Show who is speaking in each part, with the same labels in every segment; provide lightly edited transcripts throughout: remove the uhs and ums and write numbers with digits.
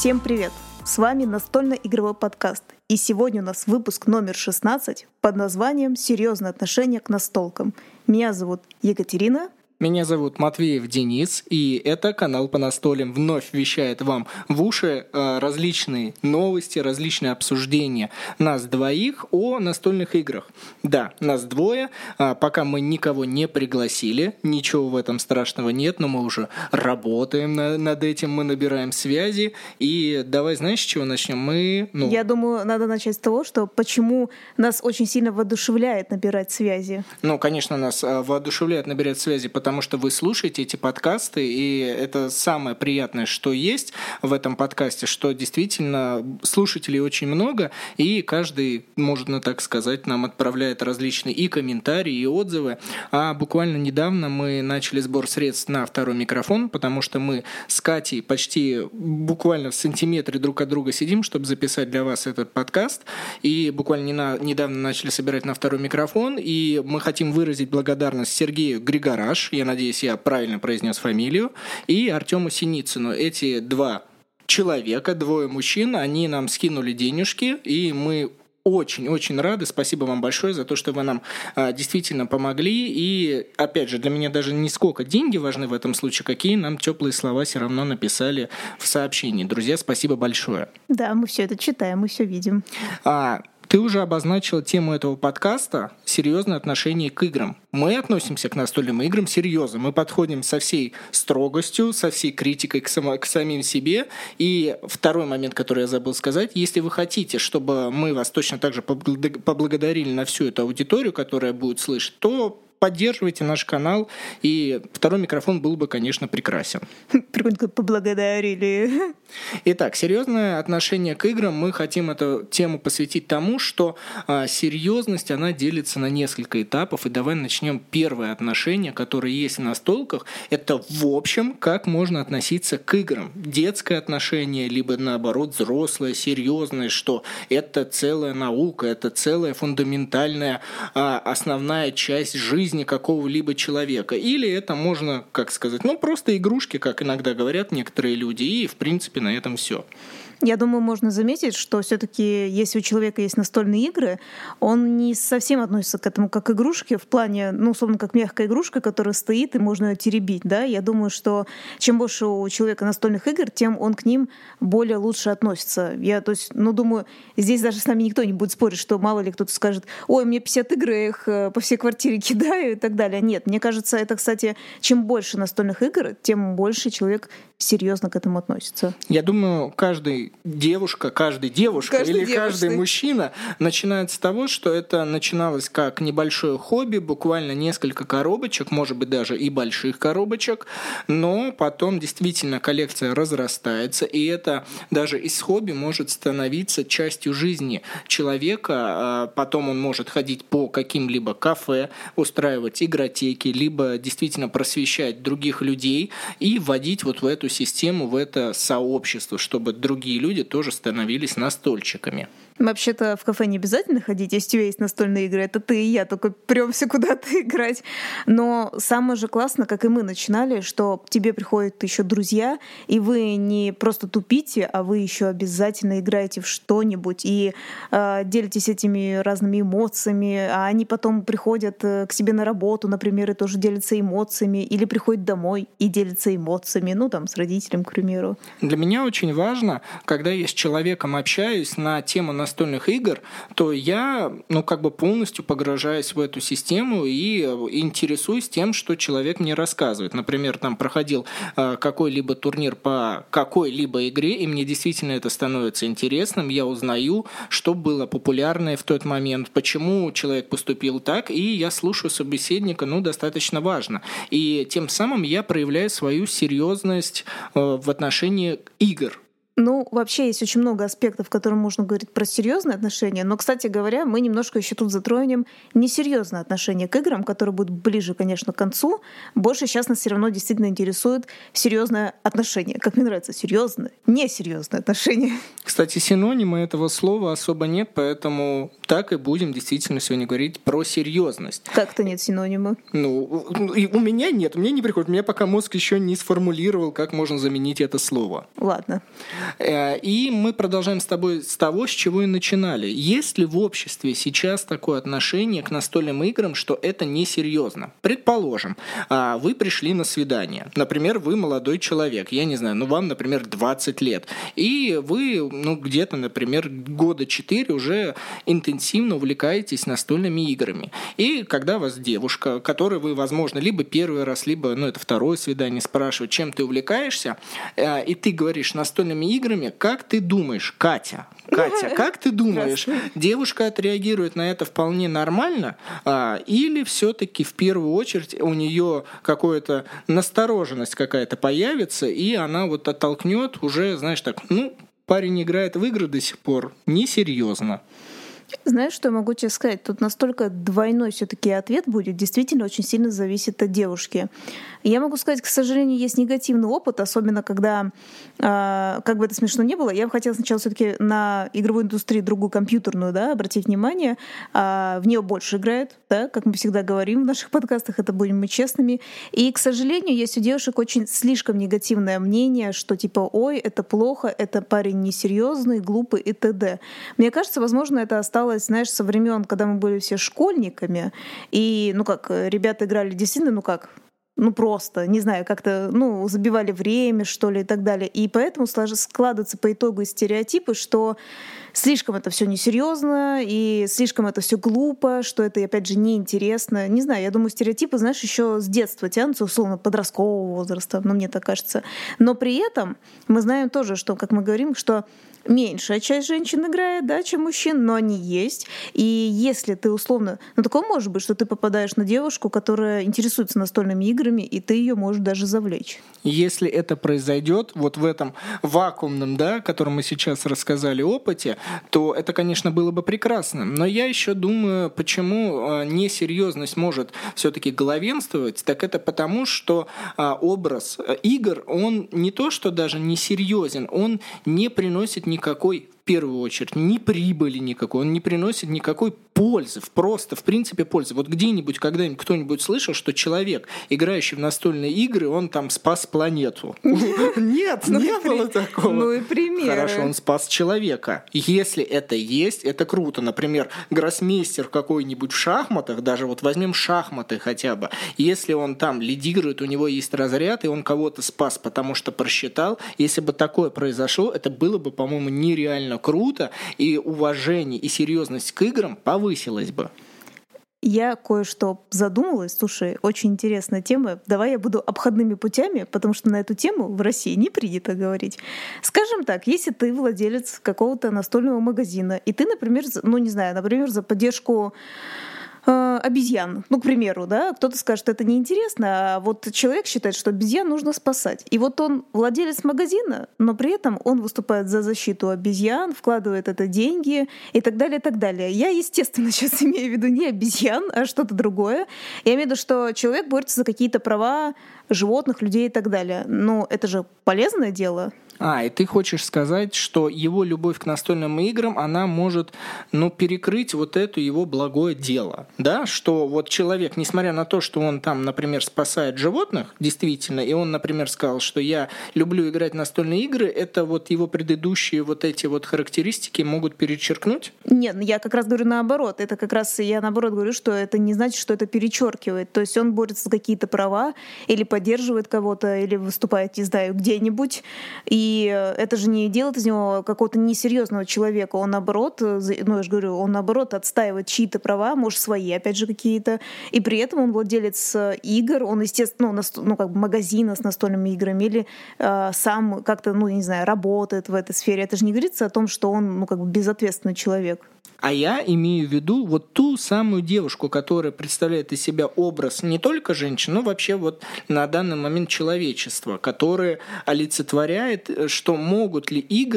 Speaker 1: Всем привет! С вами настольно-игровой подкаст. И сегодня у нас выпуск номер 16 под названием «Серьезное отношение к настолкам». Меня зовут Екатерина.
Speaker 2: Меня зовут Матвеев Денис, и это канал по настолям вновь вещает вам в уши различные новости, различные обсуждения нас двоих о настольных играх. Да, нас двое, пока мы никого не пригласили, ничего в этом страшного нет, но мы уже работаем над этим, мы набираем связи, и давай, знаешь, с чего начнем?
Speaker 1: Я думаю, надо начать с того, что почему нас очень сильно воодушевляет набирать связи.
Speaker 2: Конечно, нас воодушевляет набирать связи, потому что вы слушаете эти подкасты, и это самое приятное, что есть в этом подкасте, что действительно слушателей очень много, и каждый, можно так сказать, нам отправляет различные и комментарии, и отзывы. А буквально недавно мы начали сбор средств на второй микрофон, потому что мы с Катей почти буквально в сантиметре друг от друга сидим, чтобы записать для вас этот подкаст, и буквально недавно начали собирать на второй микрофон, и мы хотим выразить благодарность Сергею Григораш, я надеюсь, я правильно произнес фамилию, и Артему Синицыну. Эти два человека, двое мужчин, они нам скинули денежки, и мы очень-очень рады. Спасибо вам большое за то, что вы нам действительно помогли. И, опять же, для меня даже не сколько деньги важны в этом случае, какие нам теплые слова все равно написали в сообщении. Друзья, спасибо большое.
Speaker 1: Да, мы все это читаем, мы все видим.
Speaker 2: Ты уже обозначила тему этого подкаста «Серьезное отношение к играм». Мы относимся к настольным играм серьезно. Мы подходим со всей строгостью, со всей критикой к самим себе. И второй момент, который я забыл сказать, если вы хотите, чтобы мы вас точно так же поблагодарили на всю эту аудиторию, которая будет слышать, то поддерживайте наш канал, и второй микрофон был бы, конечно, прекрасен.
Speaker 1: Прикольно, поблагодарили.
Speaker 2: Итак, серьезное отношение к играм. Мы хотим эту тему посвятить тому, что серьезность, она делится на несколько этапов. И давай начнем первое отношение, которое есть в настолках. Это, в общем, как можно относиться к играм. Детское отношение, либо, наоборот, взрослое, серьезное, что это целая наука, это целая фундаментальная основная часть жизни какого-либо человека. Или это можно, как сказать, просто игрушки, как иногда говорят некоторые люди, и, в принципе, на этом все.
Speaker 1: Я думаю, можно заметить, что все-таки, если у человека есть настольные игры, он не совсем относится к этому как к игрушке, в плане, условно, как мягкая игрушка, которая стоит и можно ее теребить. Да? Я думаю, что чем больше у человека настольных игр, тем он к ним более лучше относится. Я, думаю, здесь даже с нами никто не будет спорить, что мало ли кто-то скажет: ой, мне 50 игр, я их по всей квартире кидаю и так далее. Нет, мне кажется, это, кстати, чем больше настольных игр, тем больше человек серьезно к этому относится.
Speaker 2: Я думаю, каждый девушка каждый мужчина начинает с того, что это начиналось как небольшое хобби, буквально несколько коробочек, может быть, даже и больших коробочек, но потом действительно коллекция разрастается, и это даже из хобби может становиться частью жизни человека. Потом он может ходить по каким-либо кафе, устраивать игротеки, либо действительно просвещать других людей и вводить вот в эту систему, в это сообщество, чтобы другие люди тоже становились настольщиками.
Speaker 1: Вообще-то в кафе не обязательно ходить, если у тебя есть настольные игры. Это ты и я только прёмся куда-то играть. Но самое же классно, как и мы начинали, что к тебе приходят еще друзья, и вы не просто тупите, а вы еще обязательно играете в что-нибудь и делитесь этими разными эмоциями, а они потом приходят к себе на работу, например, и тоже делятся эмоциями, или приходят домой и делятся эмоциями, с родителем, к примеру.
Speaker 2: Для меня очень важно, когда я с человеком общаюсь на тему настольных игр, то я, полностью погружаюсь в эту систему и интересуюсь тем, что человек мне рассказывает. Например, там проходил какой-либо турнир по какой-либо игре, и мне действительно это становится интересным. Я узнаю, что было популярное в тот момент, почему человек поступил так, и я слушаю собеседника, достаточно важно. И тем самым я проявляю свою серьезность в отношении игр.
Speaker 1: Вообще есть очень много аспектов, которые можно говорить про серьезные отношения, но, кстати говоря, мы немножко еще тут затронем несерьезное отношение к играм, которое будет ближе, конечно, к концу. Больше сейчас нас все равно действительно интересует серьезное отношение. Как мне нравится, серьезное, несерьезное отношение.
Speaker 2: Кстати, синонима этого слова особо нет, поэтому так и будем действительно сегодня говорить про серьезность.
Speaker 1: Как-то нет синонима.
Speaker 2: У меня нет, мне не приходит. У меня пока мозг еще не сформулировал, как можно заменить это слово.
Speaker 1: Ладно.
Speaker 2: И мы продолжаем с тобой с того, с чего и начинали. Есть ли в обществе сейчас такое отношение к настольным играм, что это несерьезно? Предположим, вы пришли на свидание. Например, вы молодой человек, я не знаю, вам, например, 20 лет. И вы, где-то, например, года 4 уже интенсивно увлекаетесь настольными играми. И когда вас девушка, которой вы, возможно, либо первый раз, либо, это второе свидание, спрашивает, чем ты увлекаешься, и ты говоришь настольными играми, как ты думаешь, Катя, как ты думаешь, девушка отреагирует на это вполне нормально, или все-таки в первую очередь у нее какая-то настороженность какая-то появится, и она вот оттолкнет уже, знаешь, так, парень играет в игры до сих пор, несерьезно.
Speaker 1: Знаешь, что я могу тебе сказать? Тут настолько двойной все-таки ответ будет, действительно очень сильно зависит от девушки. Я могу сказать, к сожалению, есть негативный опыт, особенно когда, как бы это смешно ни было, я бы хотела сначала все-таки на игровую индустрию другую компьютерную, обратить внимание, в нее больше играют, как мы всегда говорим в наших подкастах, это будем мы честными. И, к сожалению, есть у девушек очень слишком негативное мнение, что типа, ой, это плохо, это парень несерьезный, глупый и т.д. Мне кажется, возможно, это осталось, знаешь, со времен, когда мы были все школьниками, и, ребята играли действительно, просто, не знаю, как-то, забивали время, что ли, и так далее. И поэтому складываются по итогу стереотипы, что слишком это все несерьезно и слишком это все глупо, что это, опять же, неинтересно. Не знаю, я думаю, стереотипы, знаешь, еще с детства тянутся, условно, подросткового возраста, мне так кажется. Но при этом мы знаем тоже, что, как мы говорим, что меньшая часть женщин играет, чем мужчин, но они есть. И если ты условно... такое может быть, что ты попадаешь на девушку, которая интересуется настольными играми, и ты ее можешь даже завлечь.
Speaker 2: Если это произойдет вот в этом вакуумном, котором мы сейчас рассказали, опыте, то это, конечно, было бы прекрасно. Но я еще думаю, почему несерьезность может все-таки главенствовать, так это потому, что образ игр, он не то, что даже несерьезен, он не приносит никакой, в первую очередь, ни прибыли никакой, он не приносит никакой пользы, просто, в принципе, пользы. Вот где-нибудь, когда-нибудь кто-нибудь слышал, что человек, играющий в настольные игры, он там спас планету? Нет, не было такого.
Speaker 1: Ну и пример.
Speaker 2: Хорошо, он спас человека. Если это есть, это круто. Например, гроссмейстер какой-нибудь в шахматах, даже вот возьмем шахматы хотя бы, если он там лидирует, у него есть разряд, и он кого-то спас, потому что просчитал, если бы такое произошло, это было бы, по-моему, нереально круто, и уважение и серьезность к играм повысилась бы.
Speaker 1: Я кое-что задумалась. Слушай, очень интересная тема. Давай я буду обходными путями, потому что на эту тему в России не принято говорить. Скажем так, если ты владелец какого-то настольного магазина, и ты, например, например, за поддержку обезьян, к примеру, кто-то скажет, что это неинтересно, а вот человек считает, что обезьян нужно спасать. И вот он владелец магазина, но при этом он выступает за защиту обезьян, вкладывает это деньги и так далее, и так далее. Я, естественно, сейчас имею в виду не обезьян, а что-то другое. Я имею в виду, что человек борется за какие-то права животных, людей и так далее. Но это же полезное дело.
Speaker 2: И ты хочешь сказать, что его любовь к настольным играм, она может, перекрыть вот это его благое дело, что вот человек, несмотря на то, что он там, например, спасает животных, действительно, и он, например, сказал, что я люблю играть в настольные игры, это вот его предыдущие вот эти вот характеристики могут перечеркнуть?
Speaker 1: Нет, я как раз говорю наоборот. Это как раз я наоборот говорю, что это не значит, что это перечеркивает. То есть он борется за какие-то права или поддерживает кого-то, или выступает, не знаю, где-нибудь, и это же не делает из него какого-то несерьезного человека. Он наоборот, я же говорю, он наоборот отстаивает чьи-то права, может, свои, опять же, какие-то. И при этом он владелец игр, он, естественно, магазина с настольными играми, или сам как-то, работает в этой сфере. Это же не говорится о том, что он, безответственный человек.
Speaker 2: А я имею в виду вот ту самую девушку, которая представляет из себя образ не только женщин, но вообще вот на данный момент человечества, которая олицетворяет, что могут ли игры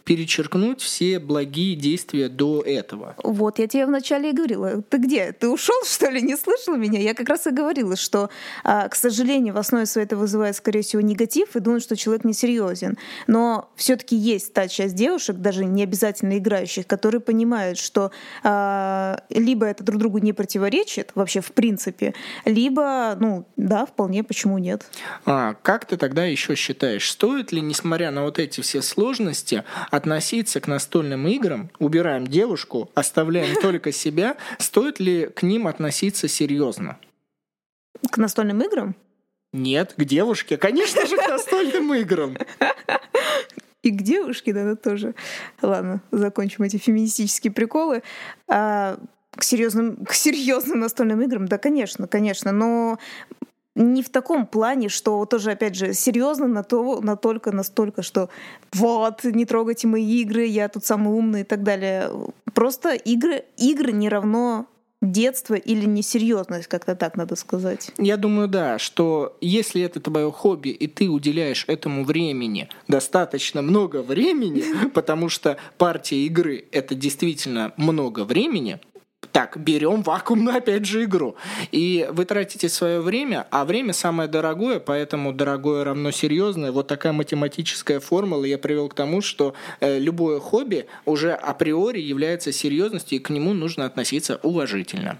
Speaker 2: перечеркнуть все благие действия до этого.
Speaker 1: Вот, я тебе вначале и говорила. Ты где? Ты ушел, что ли? Не слышал меня? Я как раз и говорила, что, к сожалению, в основе своей это вызывает, скорее всего, негатив и думают, что человек несерьезен. Но все-таки есть та часть девушек, даже не обязательно играющих, которые понимают, что либо это друг другу не противоречит вообще в принципе, либо, да, вполне, почему нет.
Speaker 2: Как ты тогда еще считаешь, стоит ли, несмотря на вот эти все сложности, относиться к настольным играм, убираем девушку, оставляем только себя, стоит ли к ним относиться серьезно?
Speaker 1: К настольным играм?
Speaker 2: Нет, к девушке. Конечно же, к настольным играм.
Speaker 1: И к девушке, да, тоже. Ладно, закончим эти феминистические приколы. К серьезным настольным играм, да, конечно, но не в таком плане, что тоже, опять же, серьезно настолько, что вот, не трогайте мои игры, я тут самый умный и так далее. Просто игры не равно детство или несерьезность, как-то так надо сказать.
Speaker 2: Я думаю, да, что если это твое хобби, и ты уделяешь этому времени достаточно много времени, потому что партия игры — это действительно много времени. Так, берем вакуумную, опять же, игру. И вы тратите свое время, а время самое дорогое, поэтому дорогое равно серьезное. Вот такая математическая формула я привел к тому, что любое хобби уже априори является серьезностью, и к нему нужно относиться уважительно.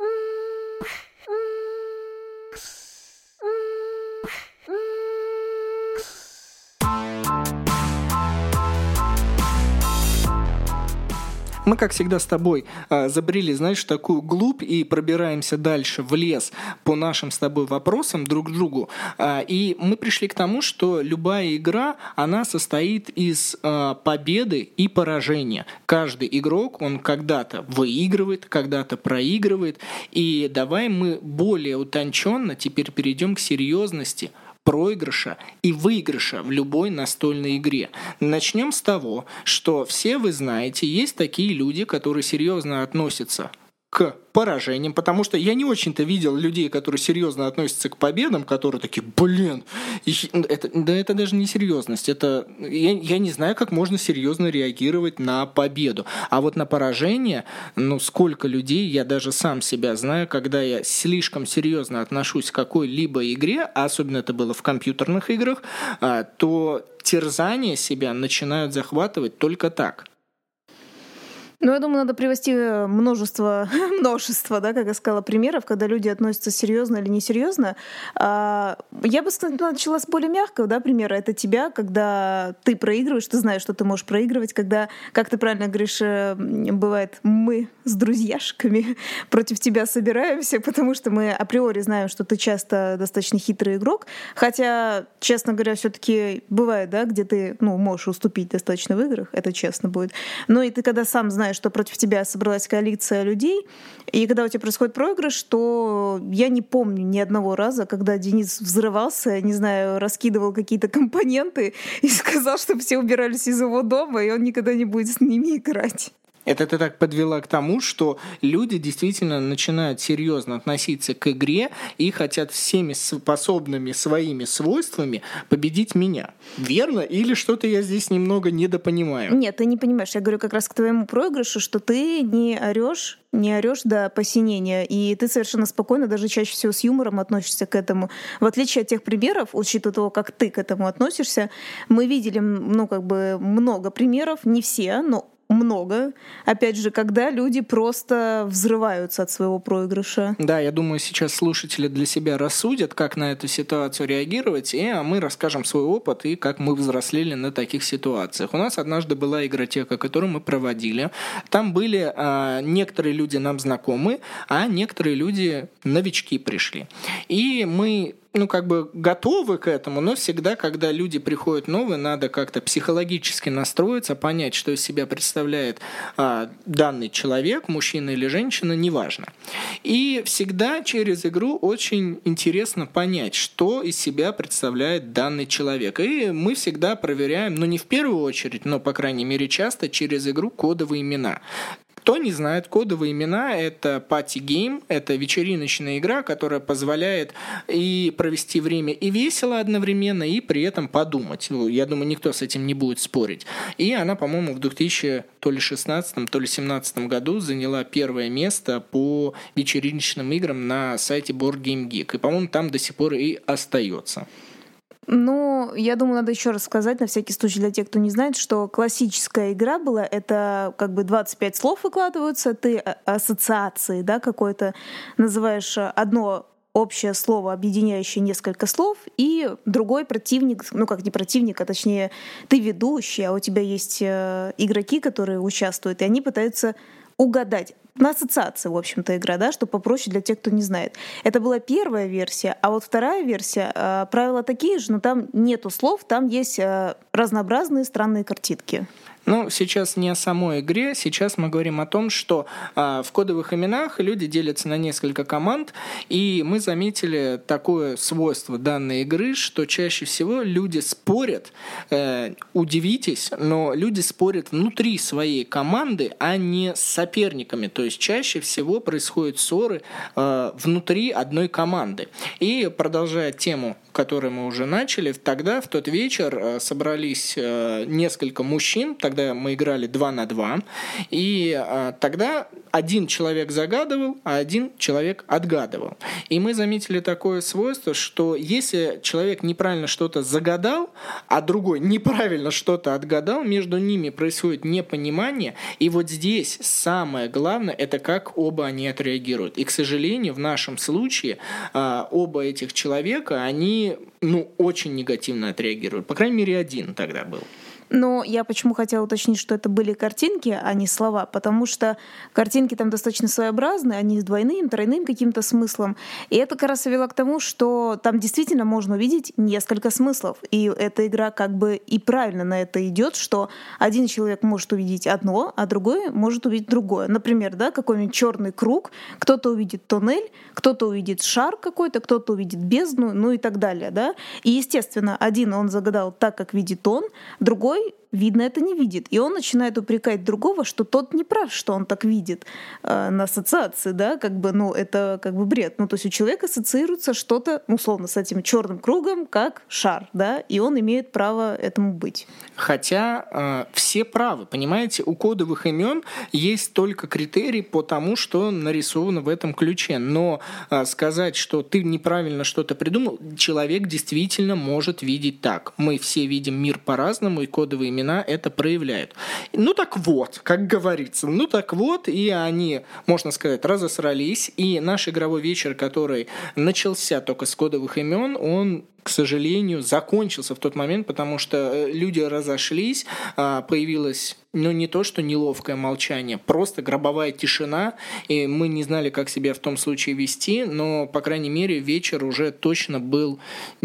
Speaker 2: Мы, как всегда, с тобой забрели, знаешь, в такую глубь и пробираемся дальше в лес по нашим с тобой вопросам друг к другу. И мы пришли к тому, что любая игра, она состоит из победы и поражения. Каждый игрок, он когда-то выигрывает, когда-то проигрывает. И давай мы более утонченно теперь перейдем к серьезности проигрыша и выигрыша в любой настольной игре. Начнем с того, что все вы знаете, есть такие люди, которые серьезно относятся к поражениям, потому что я не очень-то видел людей, которые серьезно относятся к победам, которые такие, это даже не серьезность, это я не знаю, как можно серьезно реагировать на победу. А вот на поражение, сколько людей, я даже сам себя знаю, когда я слишком серьезно отношусь к какой-либо игре, а особенно это было в компьютерных играх, то терзания себя начинают захватывать только так.
Speaker 1: Я думаю, надо привести множество, да, как я сказала, примеров, когда люди относятся серьезно или несерьезно. Я бы начала с более мягкого, да, примера. Это тебя, когда ты проигрываешь, ты знаешь, что ты можешь проигрывать, когда, как ты правильно говоришь, бывает, мы с друзьяшками против тебя собираемся, потому что мы априори знаем, что ты часто достаточно хитрый игрок. Хотя, честно говоря, все-таки бывает, да, где ты, можешь уступить достаточно в играх, это честно будет. Но и ты когда сам знаешь, что против тебя собралась коалиция людей, и когда у тебя происходит проигрыш, то я не помню ни одного раза, когда Денис взрывался, не знаю, раскидывал какие-то компоненты и сказал, чтобы все убирались из его дома, и он никогда не будет с ними играть.
Speaker 2: Это ты так подвела к тому, что люди действительно начинают серьезно относиться к игре и хотят всеми способными своими свойствами победить меня. Верно? Или что-то я здесь немного недопонимаю?
Speaker 1: Нет, ты не понимаешь. Я говорю как раз к твоему проигрышу, что ты не орешь до посинения, и ты совершенно спокойно, даже чаще всего с юмором относишься к этому. В отличие от тех примеров, учитывая того, как ты к этому относишься, мы видели, много примеров, не все, но много. Опять же, когда люди просто взрываются от своего проигрыша.
Speaker 2: Да, я думаю, сейчас слушатели для себя рассудят, как на эту ситуацию реагировать, а мы расскажем свой опыт и как мы взрослели на таких ситуациях. У нас однажды была игротека, которую мы проводили. Там были некоторые люди нам знакомы, а некоторые люди новички пришли. И мы готовы к этому, но всегда, когда люди приходят новые, надо как-то психологически настроиться, понять, что из себя представляет данный человек, мужчина или женщина, неважно. И всегда через игру очень интересно понять, что из себя представляет данный человек. И мы всегда проверяем, не в первую очередь, но, по крайней мере, часто через игру кодовые имена. Кто не знает, кодовые имена — это пати-гейм, это вечериночная игра, которая позволяет и провести время и весело одновременно, и при этом подумать. Я думаю, никто с этим не будет спорить. И она, по-моему, в 2016, то ли 2017 году заняла первое место по вечериночным играм на сайте Board Game Geek. И, по-моему, там до сих пор и остается.
Speaker 1: Ну, я думаю, надо еще раз сказать, на всякий случай для тех, кто не знает, что классическая игра была, это как бы 25 слов выкладываются, ты ассоциации, да, какой-то называешь одно общее слово, объединяющее несколько слов, и другой противник, ну как не противник, а точнее ты ведущий, а у тебя есть игроки, которые участвуют, и они пытаются угадать. На ассоциации, в общем-то, игра, да, что попроще для тех, кто не знает. Это была первая версия, а вот вторая версия, правила такие же, но там нету слов, там есть разнообразные странные картинки.
Speaker 2: Ну, сейчас не о самой игре, сейчас мы говорим о том, что в кодовых именах люди делятся на несколько команд, и мы заметили такое свойство данной игры, что чаще всего люди спорят, удивитесь, но люди спорят внутри своей команды, а не с соперниками, то есть чаще всего происходят ссоры внутри одной команды. И продолжая тему, которую мы уже начали, тогда в тот вечер собрались несколько мужчин, тогда мы играли 2 на 2, и тогда один человек загадывал, а один человек отгадывал. И мы заметили такое свойство, что если человек неправильно что-то загадал, а другой неправильно что-то отгадал, между ними происходит непонимание, и вот здесь самое главное, это как оба они отреагируют. И, к сожалению, в нашем случае оба этих человека, они очень негативно отреагируют. По крайней мере, один тогда был.
Speaker 1: Но я почему хотела уточнить, что это были картинки, а не слова, потому что картинки там достаточно своеобразные, они с двойным, тройным каким-то смыслом. И это как раз вело к тому, что там действительно можно увидеть несколько смыслов. И эта игра как бы и правильно на это идет, что один человек может увидеть одно, а другой может увидеть другое. Например, да, какой-нибудь черный круг, кто-то увидит туннель, кто-то увидит шар какой-то, кто-то увидит бездну, ну и так далее. Да? И, естественно, один он загадал так, как видит он, другой видно, это не видит. И он начинает упрекать другого, что тот не прав, что он так видит на ассоциации, да, как бы, это как бы бред. То есть у человека ассоциируется что-то, условно, с этим черным кругом, как шар, да, и он имеет право этому быть.
Speaker 2: Хотя все правы, понимаете, у кодовых имен есть только критерий по тому, что нарисовано в этом ключе. Но сказать, что ты неправильно что-то придумал, человек действительно может видеть так. Мы все видим мир по-разному, и кодовые имена это проявляют. Так вот, как говорится, и они, можно сказать, разосрались, и наш игровой вечер, который начался только с кодовых имен, он, к сожалению, закончился в тот момент, потому что люди разошлись, появилась не то, что неловкое молчание, просто гробовая тишина, и мы не знали, как себя в том случае вести, но, по крайней мере, вечер уже точно был,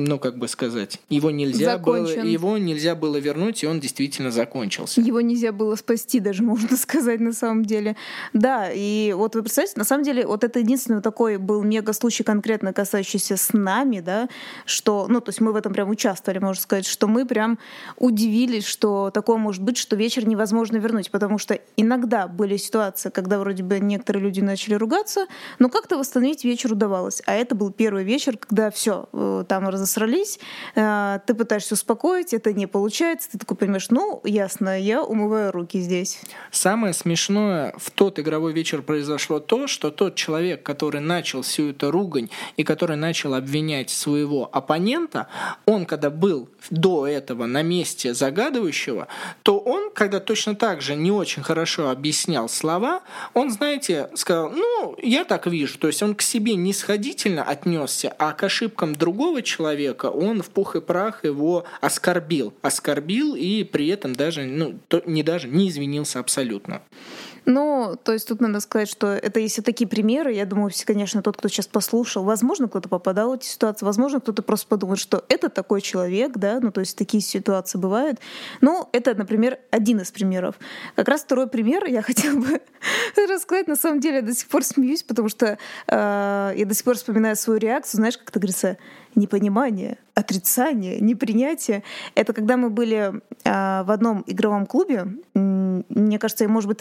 Speaker 2: его нельзя было вернуть, и он действительно закончился.
Speaker 1: Его нельзя было спасти даже, можно сказать, на самом деле. Да, и вот вы представляете, на самом деле, вот это единственный такой был мега-случай, конкретно касающийся с нами, да, что, то есть мы в этом прям участвовали, можно сказать, что мы прям удивились, что такое может быть, что вечер невозможно вернуть, потому что иногда были ситуации, когда вроде бы некоторые люди начали ругаться, но как-то восстановить вечер удавалось. А это был первый вечер, когда все, там разосрались, ты пытаешься успокоить, это не получается, ты такой понимаешь, ясно, я умываю руки здесь.
Speaker 2: Самое смешное в тот игровой вечер произошло то, что тот человек, который начал всю эту ругань и который начал обвинять своего оппонента, он, когда был до этого на месте загадывающего, то он, когда точно так же не очень хорошо объяснял слова, он, знаете, сказал, я так вижу, то есть он к себе нисходительно отнесся, а к ошибкам другого человека он в пух и прах его оскорбил и при этом даже, не извинился абсолютно.
Speaker 1: То есть тут надо сказать, что это если такие примеры, я думаю, конечно, тот, кто сейчас послушал, возможно, кто-то попадал в эти ситуации, возможно, кто-то просто подумает, что это такой человек, да, то есть такие ситуации бывают. Это, например, один из примеров. Как раз второй пример я хотела бы рассказать. На самом деле я до сих пор смеюсь, потому что я до сих пор вспоминаю свою реакцию, знаешь, как это говорится, непонимание, отрицание, непринятие. Это когда мы были в одном игровом клубе. Мне кажется, может быть, ты даже знаешь,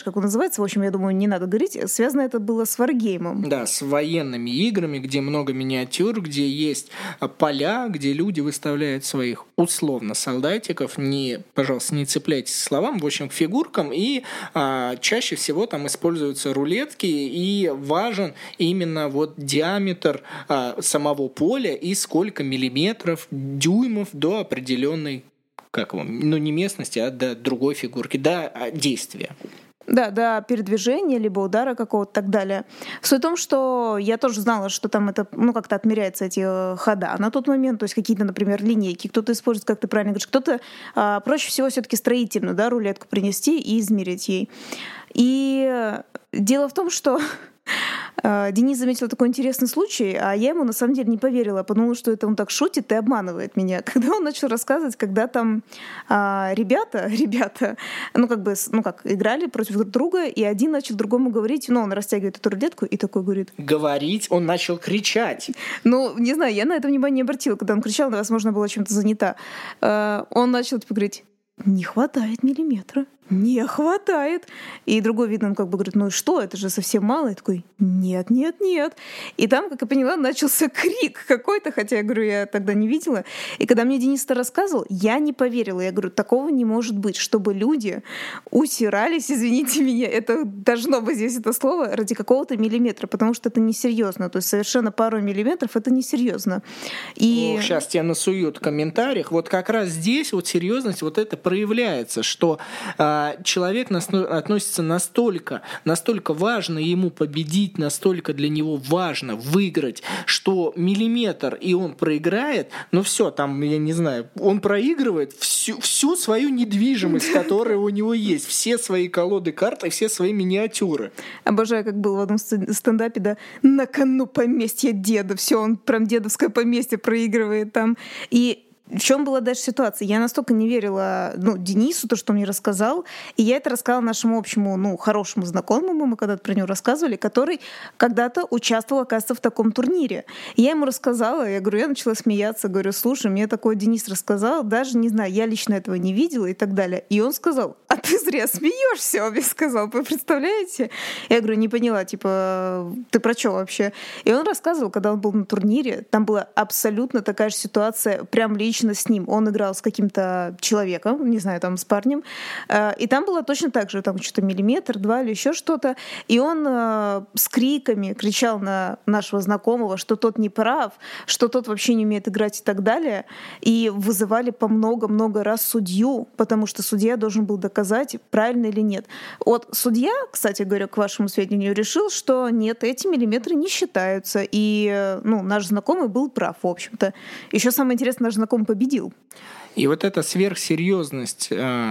Speaker 1: как он называется, в общем, я думаю, не надо говорить. Связано это было с варгеймом.
Speaker 2: Да, с военными играми, где много миниатюр, где есть поля, где люди выставляют своих условно солдатиков. Пожалуйста, не цепляйтесь к словам, в общем, к фигуркам. И чаще всего там используются рулетки, и важен именно вот диаметр самого поля и сколько миллиметров, дюймов до определенной, не местности, а до другой фигурки, до действия.
Speaker 1: Да, до передвижения, либо удара какого-то и так далее. Суть в том, что я тоже знала, что там это, как-то отмеряются эти хода на тот момент, то есть какие-то, например, линейки, кто-то использует, как ты правильно говоришь, кто-то проще всего все-таки строительную, да, рулетку принести и измерить ей. И дело в том, что Денис заметил такой интересный случай, а я ему на самом деле не поверила. Подумала, что это он так шутит и обманывает меня. Когда он начал рассказывать, когда там ребята, играли против друг друга, и один начал другому говорить, он растягивает эту рулетку и такой говорит...
Speaker 2: Говорить? Он начал кричать.
Speaker 1: Не знаю, я на это внимание не обратила. Когда он кричал, она, возможно, была чем-то занята. Он начал говорить: не хватает миллиметра. Не хватает. И другой, видно, он говорит: ну и что, это же совсем мало. И такой: нет. И там, как я поняла, начался крик какой-то, хотя, я говорю, я тогда не видела. И когда мне Денис это рассказывал, я не поверила. Я говорю, такого не может быть, чтобы люди усирались, извините меня, это должно быть здесь это слово, ради какого-то миллиметра, потому что это несерьезно. То есть совершенно пару миллиметров — это несерьезно. И...
Speaker 2: Сейчас тебя насуют в комментариях. Вот как раз здесь вот серьезность вот это проявляется, что человек относится настолько важно ему победить, настолько для него важно выиграть, что миллиметр, и он проиграет, все, там, я не знаю, он проигрывает всю свою недвижимость, которая у него есть, все свои колоды карт и все свои миниатюры.
Speaker 1: Обожаю, как было в одном стендапе, да, на кону поместье деда, все, он прям дедовское поместье проигрывает там. И в чем была дальше ситуация? Я настолько не верила Денису, то, что он мне рассказал, и я это рассказала нашему общему, хорошему знакомому, мы когда-то про него рассказывали, который когда-то участвовал, оказывается, в таком турнире. И я ему рассказала, я начала смеяться, говорю: слушай, мне такой Денис рассказал, даже, не знаю, я лично этого не видела и так далее. И он сказал: а ты зря смеешься, он мне сказал, вы представляете? Я говорю: не поняла, ты про что вообще? И он рассказывал, когда он был на турнире, там была абсолютно такая же ситуация, прям лично с ним. Он играл с каким-то человеком, не знаю, там с парнем, и там было точно так же, там что-то миллиметр, два или еще что-то, и он с криками кричал на нашего знакомого, что тот не прав, что тот вообще не умеет играть и так далее, и вызывали по много-много раз судью, потому что судья должен был доказать, правильно или нет. Вот судья, кстати говоря, к вашему сведению, решил, что нет, эти миллиметры не считаются, и наш знакомый был прав, в общем-то. Еще самое интересное, наш знакомый победил.
Speaker 2: И вот эта сверхсерьезность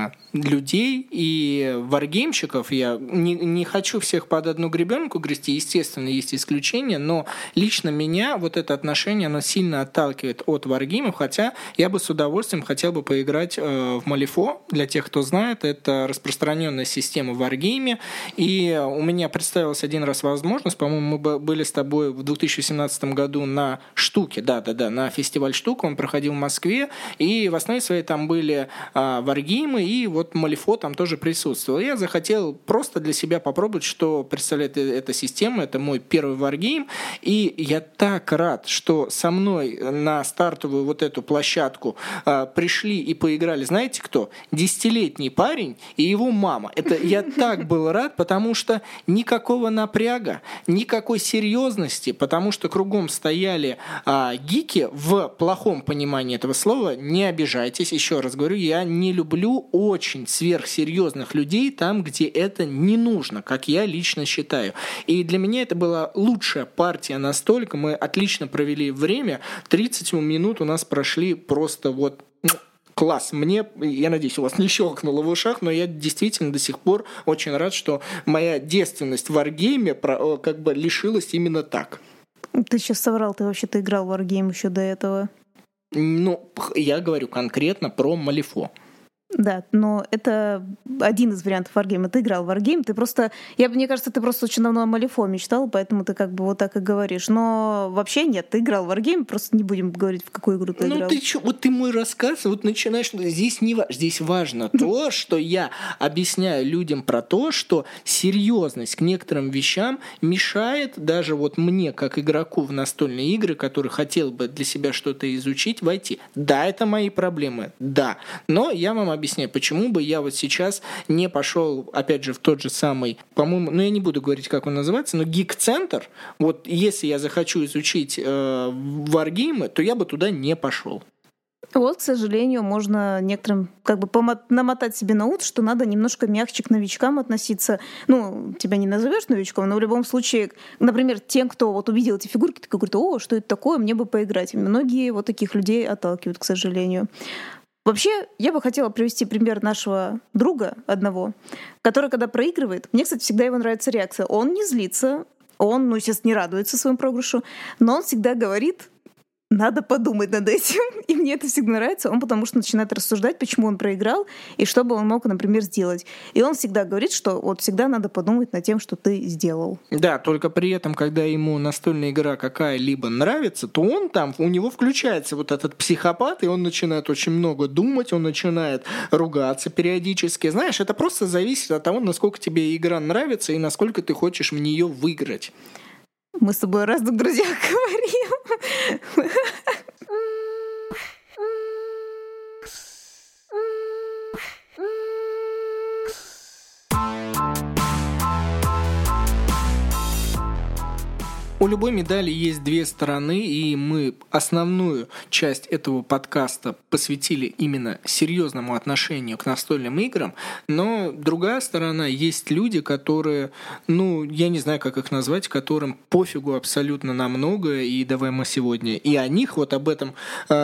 Speaker 2: людей и варгеймщиков, я не хочу всех под одну гребенку грести, естественно, есть исключения, но лично меня вот это отношение, оно сильно отталкивает от варгеймов, хотя я бы с удовольствием хотел бы поиграть в Малифо. Для тех, кто знает, это распространенная система в варгейме, и у меня представилась один раз возможность, по-моему, мы были с тобой в 2017 году на Штуке, да, на фестиваль Штука, он проходил в Москве, и в основе своей там были варгеймы, и вот Малифо там тоже присутствовал. Я захотел просто для себя попробовать, что представляет эта система. Это мой первый варгейм, и я так рад, что со мной на стартовую вот эту площадку пришли и поиграли, знаете кто? 10-летний парень и его мама. Я так был рад, потому что никакого напряга, никакой серьезности, потому что кругом стояли гики в плохом понимании этого слова. Не обижайтесь, еще раз говорю, я не люблю очень сверхсерьезных людей там, где это не нужно, как я лично считаю. И для меня это была лучшая партия настолько, мы отлично провели время, 30 минут у нас прошли просто вот класс. Я надеюсь, у вас не щелкнуло в ушах, но я действительно до сих пор очень рад, что моя девственность в варгейме как бы лишилась именно так.
Speaker 1: Ты сейчас соврал, ты вообще-то играл в варгейм еще до этого.
Speaker 2: Я говорю конкретно про Малифо.
Speaker 1: Да, но это один из вариантов варгейма. Ты играл в варгейм, ты просто... Мне кажется, ты просто очень давно о Малифо мечтал, поэтому ты как бы вот так и говоришь. Но вообще нет, ты играл в варгейм, просто не будем говорить, в какую игру ты играл.
Speaker 2: Ну ты чё, вот ты мой рассказ, вот начинаешь... Здесь важно то, что я объясняю людям про то, что серьезность к некоторым вещам мешает даже вот мне, как игроку в настольные игры, который хотел бы для себя что-то изучить, войти. Да, это мои проблемы, да. Но я вам объясняю, почему бы я вот сейчас не пошел, опять же, в тот же самый, по-моему, я не буду говорить, как он называется, но Geek-центр. Вот если я захочу изучить варгеймы, то я бы туда не пошел.
Speaker 1: Вот, к сожалению, можно некоторым как бы намотать себе на ус, что надо немножко мягче к новичкам относиться. Ну, тебя не назовешь новичком, но в любом случае, например, тем, кто вот увидел эти фигурки, такой говорит: о, что это такое, мне бы поиграть. И многие вот таких людей отталкивают, к сожалению. Вообще, я бы хотела привести пример нашего друга одного, который, когда проигрывает, мне, кстати, всегда его нравится реакция. Он не злится, он, естественно, не радуется своему проигрышу, но он всегда говорит: надо подумать над этим. И мне это всегда нравится. Он потому что начинает рассуждать, почему он проиграл, и что бы он мог, например, сделать. И он всегда говорит, что вот всегда надо подумать над тем, что ты сделал.
Speaker 2: Да, только при этом, когда ему настольная игра какая-либо нравится, то он там, у него включается вот этот психопат, и он начинает очень много думать, он начинает ругаться периодически. Знаешь, это просто зависит от того, насколько тебе игра нравится и насколько ты хочешь в нее выиграть.
Speaker 1: Мы с тобой о разных друзьях говорим.
Speaker 2: У любой медали есть две стороны, и мы основную часть этого подкаста посвятили именно серьезному отношению к настольным играм, но другая сторона, есть люди, которые, я не знаю, как их назвать, которым пофигу абсолютно на многое, и давай мы сегодня и о них, вот об этом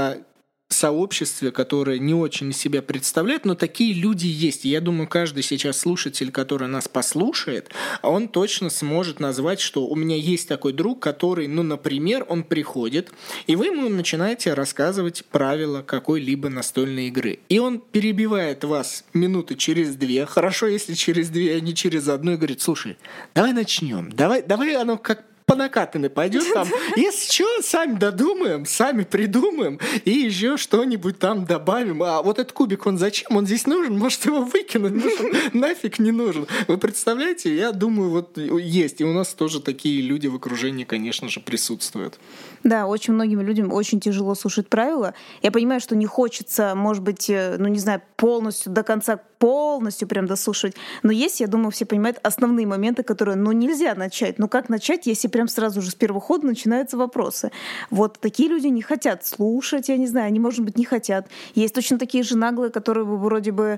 Speaker 2: сообществе, которое не очень себя представляет, но такие люди есть. И я думаю, каждый сейчас слушатель, который нас послушает, он точно сможет назвать, что у меня есть такой друг, который, например, он приходит, и вы ему начинаете рассказывать правила какой-либо настольной игры. И он перебивает вас минуты через две, хорошо, если через две, а не через одну, и говорит: слушай, давай начнем, давай оно как по накатанной пойдет там. Если что, сами додумаем, сами придумаем и еще что-нибудь там добавим. А вот этот кубик, он зачем? Он здесь нужен? Может, его выкинуть? Нафиг не нужен. Вы представляете? Я думаю, вот есть. И у нас тоже такие люди в окружении, конечно же, присутствуют.
Speaker 1: Да, очень многим людям очень тяжело слушать правила. Я понимаю, что не хочется, может быть, полностью до конца, полностью прям дослушать. Но есть, я думаю, все понимают основные моменты, которые, нельзя начать. Как начать, если прям сразу же с первого хода начинаются вопросы? Вот такие люди не хотят слушать, я не знаю, они, может быть, не хотят. Есть точно такие же наглые, которые вроде бы,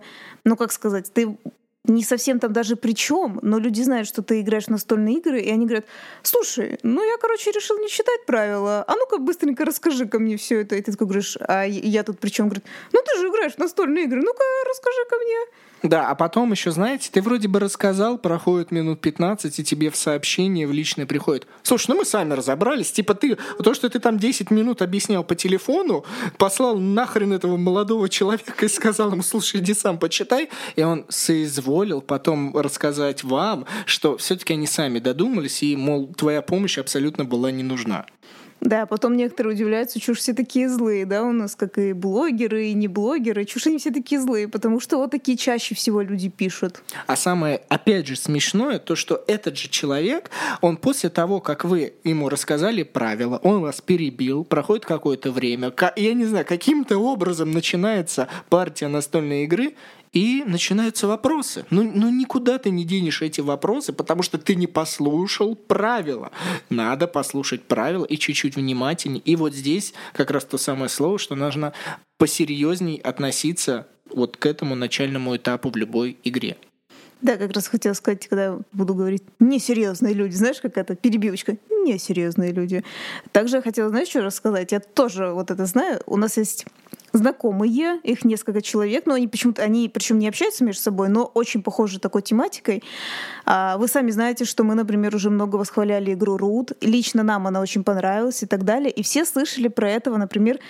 Speaker 1: ты не совсем там даже при чем, но люди знают, что ты играешь в настольные игры, и они говорят: слушай, я, решил не читать правила, а ну-ка быстренько расскажи-ка мне все это. И ты такой говоришь: а я тут при чем? Говорит: ты же играешь в настольные игры, ну-ка расскажи-ка мне.
Speaker 2: Да, а потом еще, знаете, ты вроде бы рассказал, проходит минут 15, и тебе в сообщение в личное приходит: слушай, мы сами разобрались, то, что ты там 10 минут объяснял по телефону, послал нахрен этого молодого человека и сказал ему: слушай, иди сам почитай, и он соизволил потом рассказать вам, что все-таки они сами додумались, и, мол, твоя помощь абсолютно была не нужна.
Speaker 1: Да, потом некоторые удивляются, чушь все такие злые, да, у нас, как и блогеры, и не блогеры, чушь они все такие злые, потому что вот такие чаще всего люди пишут. А
Speaker 2: самое, опять же, смешное, то, что этот же человек, он после того, как вы ему рассказали правила, он вас перебил, проходит какое-то время, я не знаю, каким-то образом начинается партия настольной игры, и начинаются вопросы. Никуда ты не денешь эти вопросы, потому что ты не послушал правила. Надо послушать правила и чуть-чуть внимательнее. И вот здесь как раз то самое слово, что нужно посерьезней относиться вот к этому начальному этапу в любой игре.
Speaker 1: Да, как раз хотела сказать, когда буду говорить «несерьезные люди», знаешь, какая-то перебивочка «несерьезные люди». Также я хотела, знаешь, что рассказать? Я тоже вот это знаю. У нас есть знакомые, их несколько человек, но они причем не общаются между собой, но очень похожи такой тематикой. Вы сами знаете, что мы, например, уже много восхваляли игру Root. Лично нам она очень понравилась и так далее. И все слышали про этого, например,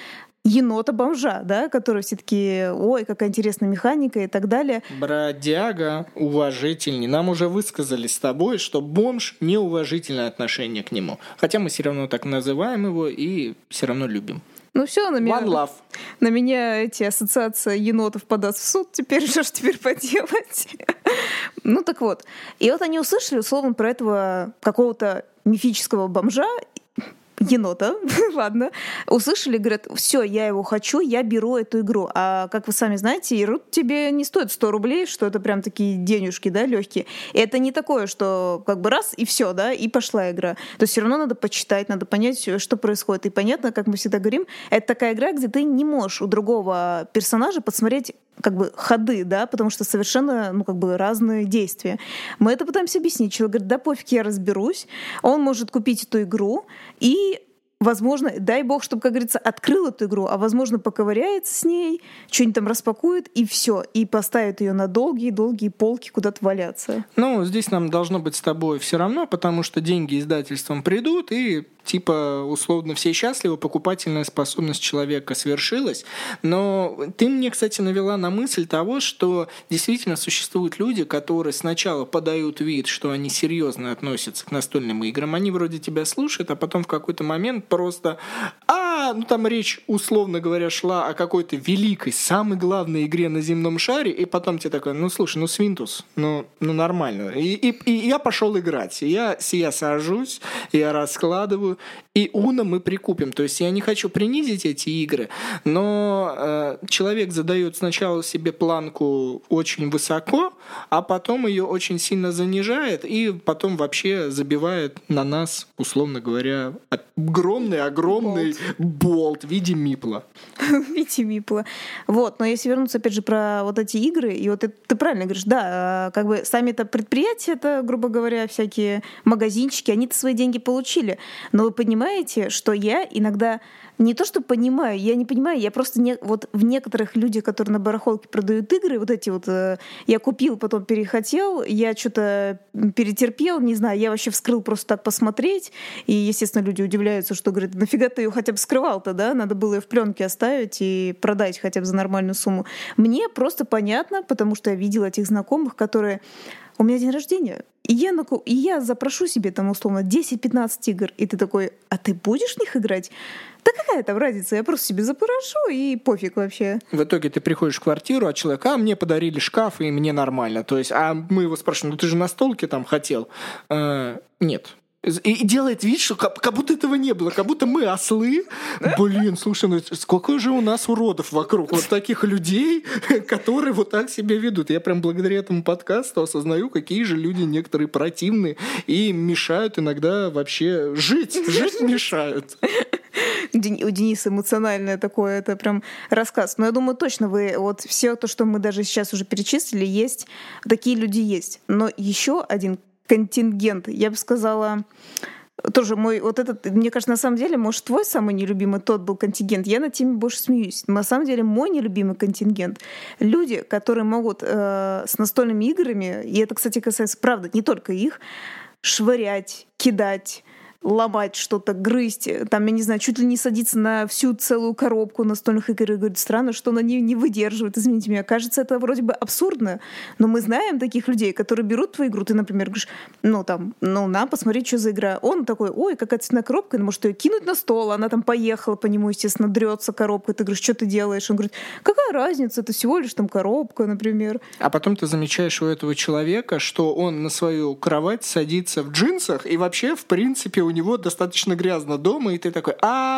Speaker 1: енота-бомжа, да, который все таки ой, какая интересная механика и так далее.
Speaker 2: Бродяга уважительней. Нам уже высказали с тобой, что бомж — неуважительное отношение к нему. Хотя мы все равно так называем его и все равно любим.
Speaker 1: Ну все, на меня,
Speaker 2: One love.
Speaker 1: на меня эти ассоциации енотов подаст в суд. Теперь что ж теперь поделать? Ну так вот. И вот они услышали, условно, про этого какого-то мифического бомжа, енота, ладно, услышали, говорят, все, я его хочу, я беру эту игру. А как вы сами знаете, игру тебе не стоит 100 рублей, что это прям такие денежки, да, легкие. И это не такое, что как бы раз и все, да, и пошла игра. То есть все равно надо почитать, надо понять, что происходит. И понятно, как мы всегда говорим, это такая игра, где ты не можешь у другого персонажа подсмотреть как бы ходы, да, потому что совершенно, ну, как бы разные действия. Мы это пытаемся объяснить. Человек говорит, да пофиг, я разберусь. Он может купить эту игру и, возможно, дай бог, чтобы, как говорится, открыл эту игру, а, возможно, поковыряется с ней, что-нибудь там распакует, и все, и поставит ее на долгие-долгие полки куда-то валяться.
Speaker 2: Ну, здесь нам должно быть с тобой все равно, потому что деньги издательством придут, и типа, условно, все счастливы, покупательная способность человека свершилась. Но ты мне, кстати, навела на мысль того, что действительно существуют люди, которые сначала подают вид, что они серьезно относятся к настольным играм, они вроде тебя слушают, а потом в какой-то момент просто... ну там речь, условно говоря, шла о какой-то великой, самой главной игре на земном шаре, и потом тебе такой, ну слушай, ну Свинтус, ну нормально. И я пошел играть. Я сажусь, я раскладываю, и Уно мы прикупим. То есть я не хочу принизить эти игры, но человек задает сначала себе планку очень высоко, а потом ее очень сильно занижает, и потом вообще забивает на нас, условно говоря, огромный болт в виде мипла.
Speaker 1: В виде мипла. Вот, но если вернуться, опять же, про вот эти игры, и вот ты правильно говоришь, да, как бы сами-то предприятия, это, грубо говоря, всякие магазинчики, они-то свои деньги получили. Но вы понимаете, что я иногда не то что понимаю, я не понимаю, я просто вот в некоторых людях, которые на барахолке продают игры, вот эти вот я купил, потом перехотел, я что-то перетерпел, не знаю, я вообще вскрыл просто так посмотреть, и, естественно, люди удивляются, что, говорят, нафига ты ее хотя бы скрывал-то, да, надо было ее в пленке оставить и продать хотя бы за нормальную сумму. Мне просто понятно, потому что я видела этих знакомых, которые... У меня день рождения, и я запрошу себе там условно 10-15 игр, и ты такой, а ты будешь в них играть? Да какая там разница, я просто себе запрошу, и пофиг вообще.
Speaker 2: В итоге ты приходишь в квартиру, а человек, мне подарили шкаф, и мне нормально. То есть, а мы его спрашиваем, ну ты же на столке там хотел? Нет. И делает вид, что как будто этого не было, как будто мы ослы. Блин, слушай, ну сколько же у нас уродов вокруг, вот таких людей, которые вот так себя ведут. Я прям благодаря этому подкасту осознаю, какие же люди некоторые противные и мешают иногда вообще жить мешают.
Speaker 1: У Дениса эмоциональное такое, это прям рассказ. Но я думаю, точно вы, вот все то, что мы даже сейчас уже перечислили, есть, такие люди есть. Но еще один контингент, я бы сказала, тоже мой, вот этот, мне кажется, на самом деле, может, твой самый нелюбимый тот был контингент, я над теми больше смеюсь. Но на самом деле мой нелюбимый контингент — люди, которые могут с настольными играми, и это, кстати, касается, правда, не только их, швырять, кидать, ломать что-то, грызть, там, я не знаю, чуть ли не садиться на всю целую коробку настольных игр и говорит, странно, что она не выдерживает, извините меня. Кажется, это вроде бы абсурдно, но мы знаем таких людей, которые берут твою игру, ты, например, говоришь, на, посмотри, что за игра. Он такой, ой, какая цветная коробка, он может ее кинуть на стол, она там поехала по нему, естественно, дрется коробка, ты говоришь, что ты делаешь? Он говорит, какая разница, это всего лишь там коробка, например.
Speaker 2: А потом ты замечаешь у этого человека, что он на свою кровать садится в джинсах, и вообще, в принципе, у него достаточно грязно дома, и ты такой,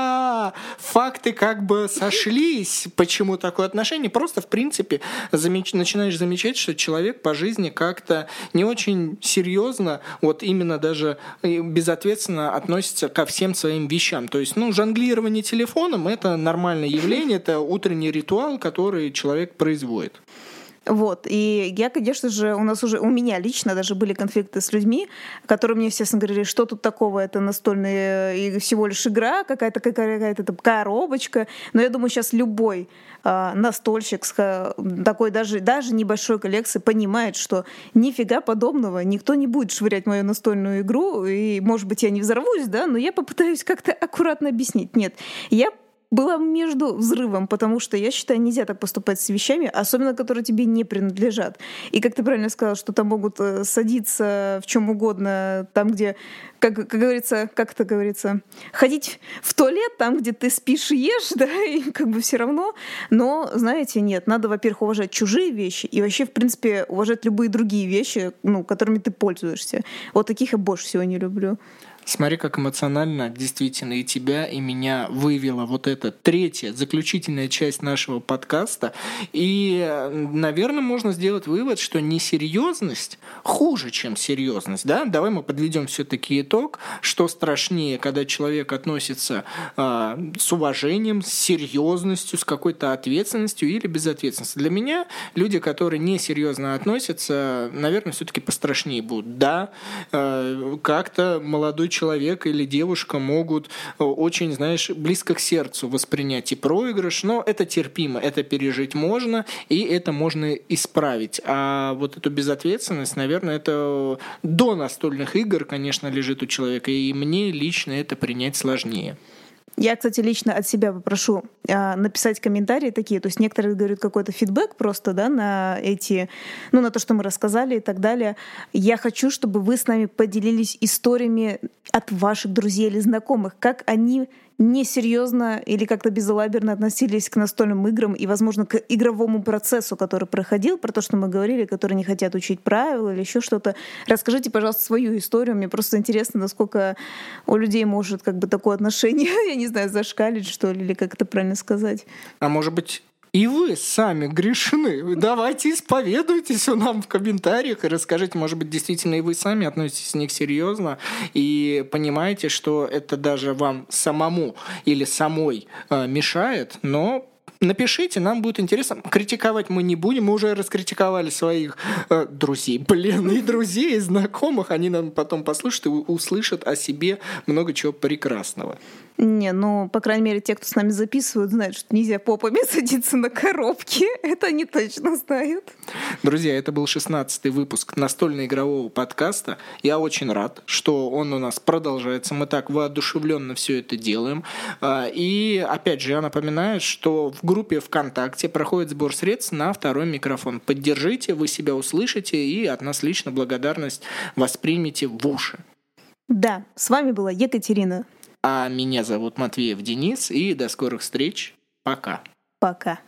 Speaker 2: факты как бы сошлись, почему такое отношение? Просто, в принципе, начинаешь замечать, что человек по жизни как-то не очень серьезно, вот именно даже безответственно относится ко всем своим вещам. То есть, жонглирование телефоном — это нормальное явление, это утренний ритуал, который человек производит.
Speaker 1: Вот, и я, конечно же, у меня лично даже были конфликты с людьми, которые мне, естественно, говорили, что тут такого, это настольная и всего лишь игра, какая-то там коробочка, но я думаю, сейчас любой настольщик с такой даже небольшой коллекцией понимает, что нифига подобного, никто не будет швырять мою настольную игру, и, может быть, я не взорвусь, да, но я попытаюсь как-то аккуратно объяснить. Нет, я была между взрывом, потому что я считаю, нельзя так поступать с вещами, особенно которые тебе не принадлежат. И как ты правильно сказала, что там могут садиться в чем угодно, там, где, как это говорится, ходить в туалет, там, где ты спишь и ешь, да, и как бы все равно. Но, знаете, нет, надо, во-первых, уважать чужие вещи и вообще, в принципе, уважать любые другие вещи, которыми ты пользуешься. Вот таких я больше всего не люблю.
Speaker 2: Смотри, как эмоционально действительно и тебя, и меня вывела вот эта третья, заключительная часть нашего подкаста. И, наверное, можно сделать вывод, что несерьезность хуже, чем серьезность. Да? Давай мы подведем все-таки итог, что страшнее, когда человек относится с уважением, с серьезностью, с какой-то ответственностью или безответственностью. Для меня люди, которые несерьезно относятся, наверное, все-таки пострашнее будут. Да, как-то молодой человек или девушка могут очень, знаешь, близко к сердцу воспринять и проигрыш, но это терпимо, это пережить можно, и это можно исправить. А вот эту безответственность, наверное, это до настольных игр, конечно, лежит у человека, и мне лично это принять сложнее.
Speaker 1: Я, кстати, лично от себя попрошу написать комментарии такие. То есть некоторые говорят какой-то фидбэк просто, да, на эти, на то, что мы рассказали и так далее. Я хочу, чтобы вы с нами поделились историями от ваших друзей или знакомых, как они несерьезно или как-то безалаберно относились к настольным играм и, возможно, к игровому процессу, который проходил, про то, что мы говорили, которые не хотят учить правила или еще что-то. Расскажите, пожалуйста, свою историю. Мне просто интересно, насколько у людей может такое отношение, я не знаю, зашкалить, что ли, или как это правильно сказать.
Speaker 2: А может быть, и вы сами грешны. Давайте исповедуйтесь нам в комментариях и расскажите, может быть, действительно и вы сами относитесь к них серьезно и понимаете, что это даже вам самому или самой мешает, но напишите, нам будет интересно. Критиковать мы не будем, мы уже раскритиковали своих друзей, и друзей, и знакомых. Они нам потом послушают и услышат о себе много чего прекрасного.
Speaker 1: Не, по крайней мере, те, кто с нами записывают, знают, что нельзя попами садиться на коробки. Это они точно знают.
Speaker 2: Друзья, это был 16-й выпуск настольно-игрового подкаста. Я очень рад, что он у нас продолжается. Мы так воодушевленно все это делаем. И, опять же, я напоминаю, что в группе ВКонтакте проходит сбор средств на второй микрофон. Поддержите, вы себя услышите, и от нас лично благодарность воспримите в уши.
Speaker 1: Да, с вами была Екатерина.
Speaker 2: А меня зовут Матвеев Денис, и до скорых встреч. Пока.
Speaker 1: Пока.